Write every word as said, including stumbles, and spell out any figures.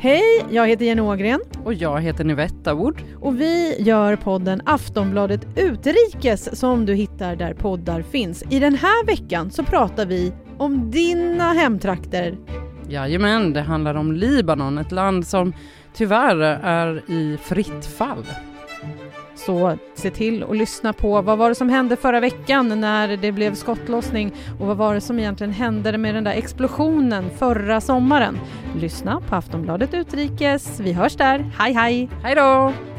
Hej, jag heter Jenny Ågren. Och jag heter Nivetta Wood. Och vi gör podden Aftonbladet Utrikes som du hittar där poddar finns. I den här veckan så pratar vi om dina hemtrakter. Jajamän, det handlar om Libanon, ett land som tyvärr är i fritt fall. Så se till att lyssna på vad var det som hände förra veckan när det blev skottlossning och vad var det som egentligen hände med den där explosionen förra sommaren. Lyssna på Aftonbladet Utrikes. Vi hörs där. Hej hej! Hej då!